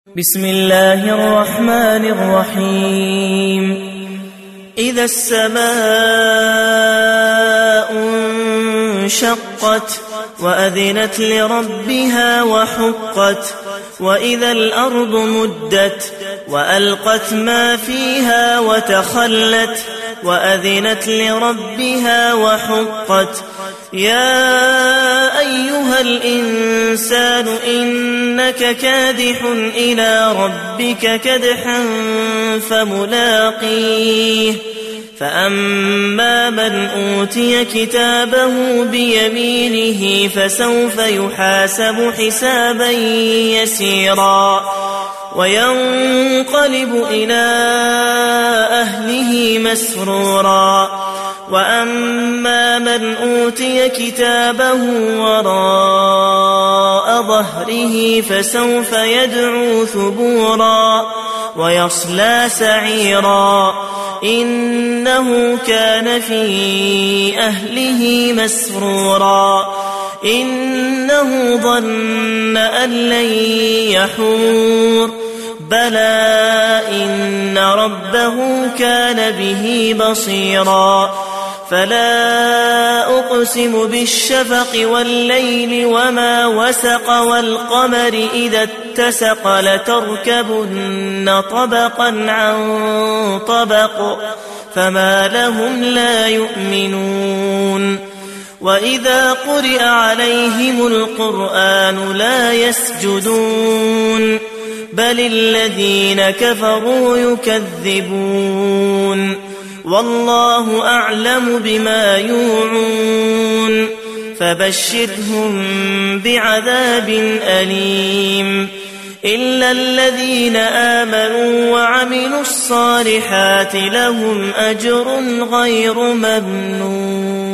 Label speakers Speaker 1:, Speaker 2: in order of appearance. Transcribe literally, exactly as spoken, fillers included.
Speaker 1: بسم الله الرحمن الرحيم إذا السماء انشقت وأذنت لربها وحقت وإذا الأرض مدت وألقت ما فيها وتخلت وأذنت لربها وحقت يا أيها الإنسان إنك كادح إلى ربك كدحا فملاقيه فأما من أوتي كتابه بيمينه فسوف يحاسب حسابا يسيرا وينقلب إلى أهله مسرورا وأما من أوتي كتابه وراء ظهره فسوف يدعو ثبورا ويصلى سعيرا إنه كان في أهله مسرورا إنه ظن أن لن يحور بلى إن ربه كان به بصيرا فلا أقسم بالشفق والليل وما وسق والقمر إذا اتسق لتركبن طبقا عن طبق فما لهم لا يؤمنون وإذا قرئ عليهم القرآن لا يسجدون بل الذين كفروا يكذبون والله أعلم بما يوعون فبشرهم بعذاب أليم إلا الذين آمنوا وعملوا الصالحات لهم أجر غير ممنون.